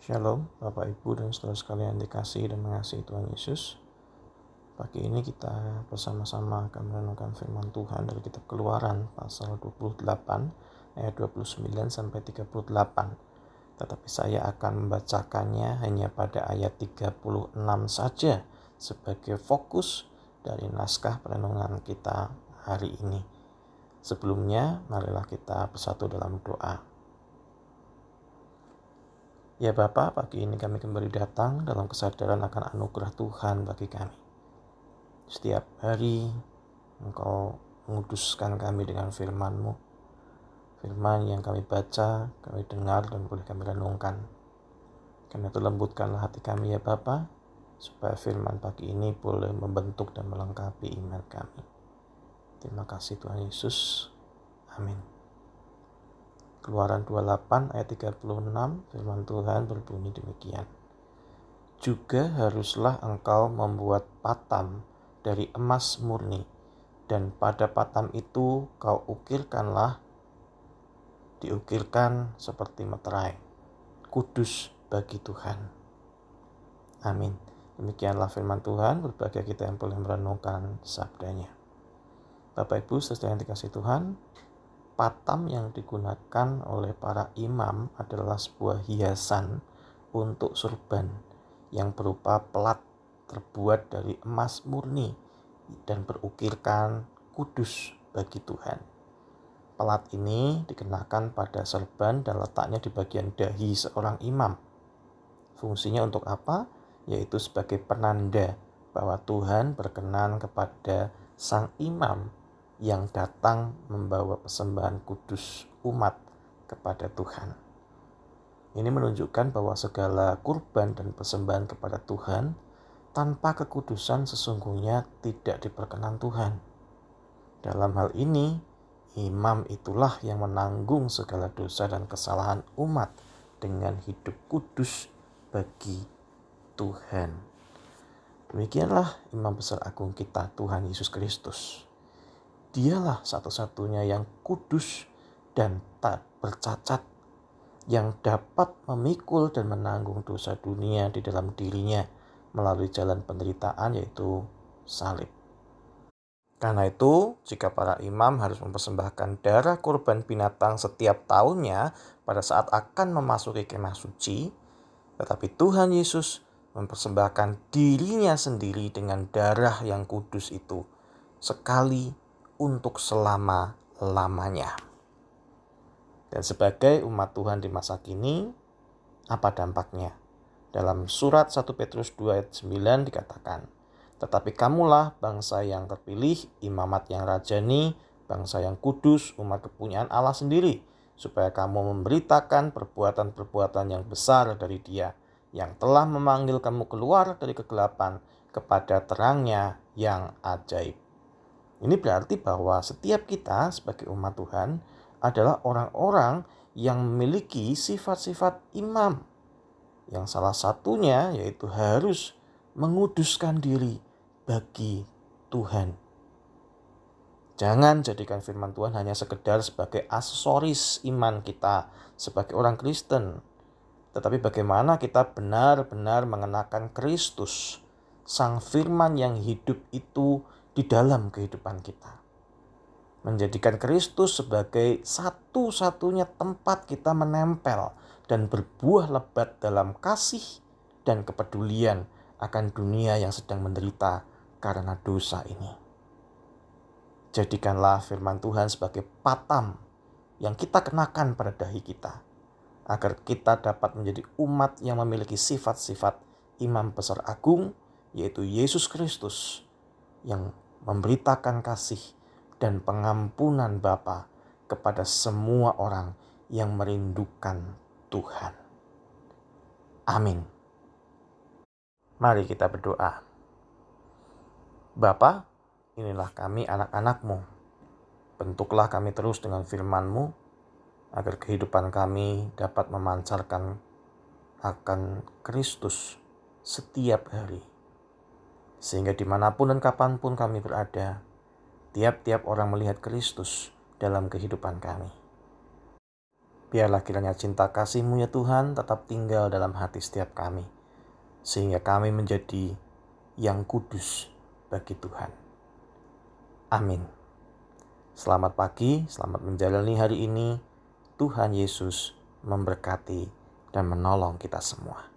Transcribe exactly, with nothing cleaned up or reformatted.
Shalom Bapak Ibu dan saudara sekalian dikasihi dan mengasihi Tuhan Yesus. Pagi ini kita bersama-sama akan merenungkan firman Tuhan dari kitab Keluaran pasal dua puluh delapan ayat dua puluh sembilan sampai tiga puluh delapan. Tetapi saya akan membacakannya hanya pada ayat tiga puluh enam saja sebagai fokus dari naskah perenungan kita hari ini. Sebelumnya, marilah kita bersatu dalam doa. Ya Bapa, pagi ini kami kembali datang dalam kesadaran akan anugerah Tuhan bagi kami. Setiap hari Engkau menguduskan kami dengan firman-Mu. Firman yang kami baca, kami dengar dan boleh kami renungkan. Karena itu lembutkanlah hati kami ya Bapa, supaya firman pagi ini boleh membentuk dan melengkapi iman kami. Terima kasih Tuhan Yesus. Amin. Keluaran dua puluh delapan ayat tiga puluh enam, firman Tuhan berbunyi demikian. Juga haruslah engkau membuat patam dari emas murni, dan pada patam itu kau ukirkanlah, diukirkan seperti meterai, kudus bagi Tuhan. Amin. Demikianlah firman Tuhan, berbahagia kita yang boleh merenungkan sabdanya. Bapak Ibu saudara yang dikasihi Tuhan, patam yang digunakan oleh para imam adalah sebuah hiasan untuk surban yang berupa pelat terbuat dari emas murni dan berukirkan kudus bagi Tuhan. Pelat ini dikenakan pada serban dan letaknya di bagian dahi seorang imam. Fungsinya untuk apa? Yaitu sebagai penanda bahwa Tuhan berkenan kepada sang imam yang datang membawa persembahan kudus umat kepada Tuhan. Ini menunjukkan bahwa segala kurban dan persembahan kepada Tuhan tanpa kekudusan sesungguhnya tidak diperkenan Tuhan. Dalam hal ini, imam itulah yang menanggung segala dosa dan kesalahan umat dengan hidup kudus bagi Tuhan. Demikianlah imam besar agung kita, Tuhan Yesus Kristus. Dialah satu-satunya yang kudus dan tak bercacat, yang dapat memikul dan menanggung dosa dunia di dalam dirinya melalui jalan penderitaan, yaitu salib. Karena itu, jika para imam harus mempersembahkan darah kurban binatang setiap tahunnya pada saat akan memasuki kemah suci, tetapi Tuhan Yesus mempersembahkan dirinya sendiri dengan darah yang kudus itu sekali untuk selama-lamanya. Dan sebagai umat Tuhan di masa kini, apa dampaknya? Dalam surat satu Petrus dua ayat sembilan dikatakan, tetapi kamulah bangsa yang terpilih, imamat yang rajani, bangsa yang kudus, umat kepunyaan Allah sendiri, supaya kamu memberitakan perbuatan-perbuatan yang besar dari Dia, yang telah memanggil kamu keluar dari kegelapan kepada terangnya yang ajaib. Ini berarti bahwa setiap kita sebagai umat Tuhan adalah orang-orang yang memiliki sifat-sifat imam. Yang salah satunya yaitu harus menguduskan diri bagi Tuhan. Jangan jadikan firman Tuhan hanya sekedar sebagai aksesoris iman kita sebagai orang Kristen. Tetapi bagaimana kita benar-benar mengenakan Kristus, sang firman yang hidup itu di dalam kehidupan kita. Menjadikan Kristus sebagai satu-satunya tempat kita menempel dan berbuah lebat dalam kasih dan kepedulian akan dunia yang sedang menderita karena dosa ini. Jadikanlah firman Tuhan sebagai patam yang kita kenakan pada dahi kita, agar kita dapat menjadi umat yang memiliki sifat-sifat imam besar agung, yaitu Yesus Kristus, yang memberitakan kasih dan pengampunan Bapa kepada semua orang yang merindukan Tuhan. Amin. Mari kita berdoa. Bapa, inilah kami anak-anak-Mu. Bentuklah kami terus dengan firman-Mu, agar kehidupan kami dapat memancarkan akan Kristus setiap hari. Sehingga dimanapun dan kapanpun kami berada, tiap-tiap orang melihat Kristus dalam kehidupan kami. Biarlah kiranya cinta kasih-Mu ya Tuhan tetap tinggal dalam hati setiap kami, sehingga kami menjadi yang kudus bagi Tuhan. Amin. Selamat pagi, selamat menjalani hari ini. Tuhan Yesus memberkati dan menolong kita semua.